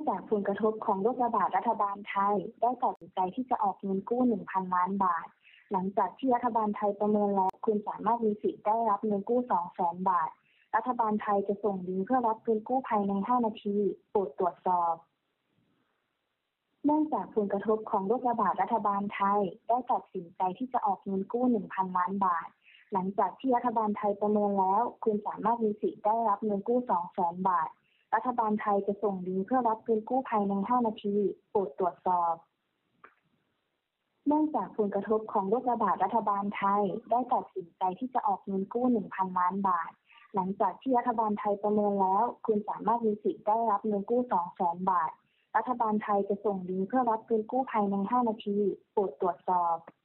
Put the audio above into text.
จากผลกระทบของโรคระบาดรัฐบาลไทยได้ตัดสินใจที่จะออกเงินกู้ 1,000 ล้านบาทหลังจากที่รัฐบาลไทยประเมินแล้วคุณสามารถมีสิทธิ์ได้รับเงินกู้ 200,000 บาทรัฐบาลไทยจะส่งลิงก์เพื่อรับเงินกู้ภายใน 5 นาทีโปรดตรวจสอบเนื่องจากผลกระทบของโรคระบาดรัฐบาลไทยได้ตัดสินใจที่จะออกเงินกู้ 1,000 ล้านบาทหลังจากที่รัฐบาลไทยประเมินแล้วคุณสามารถมีสิทธิ์ได้รับเงินกู้ 200,000 บาทรัฐบาลไทยจะส่งลิงก์เพื่อรับเงินกู้ภายใน 5 นาทีโปรดตรวจสอบเนื่องจากผลกระทบของโรคระบาดรัฐบาลไทยได้ตัดสินใจที่จะออกเงินกู้ 1,000 ล้านบาทหลังจากที่รัฐบาลไทยประเมินแล้วคุณสามารถมีสิทธิ์ได้รับเงินกู้ 200,000 บาทรัฐบาลไทยจะส่งลิงก์เพื่อรับเงินกู้ภายใน 5 นาทีโปรดตรวจสอบ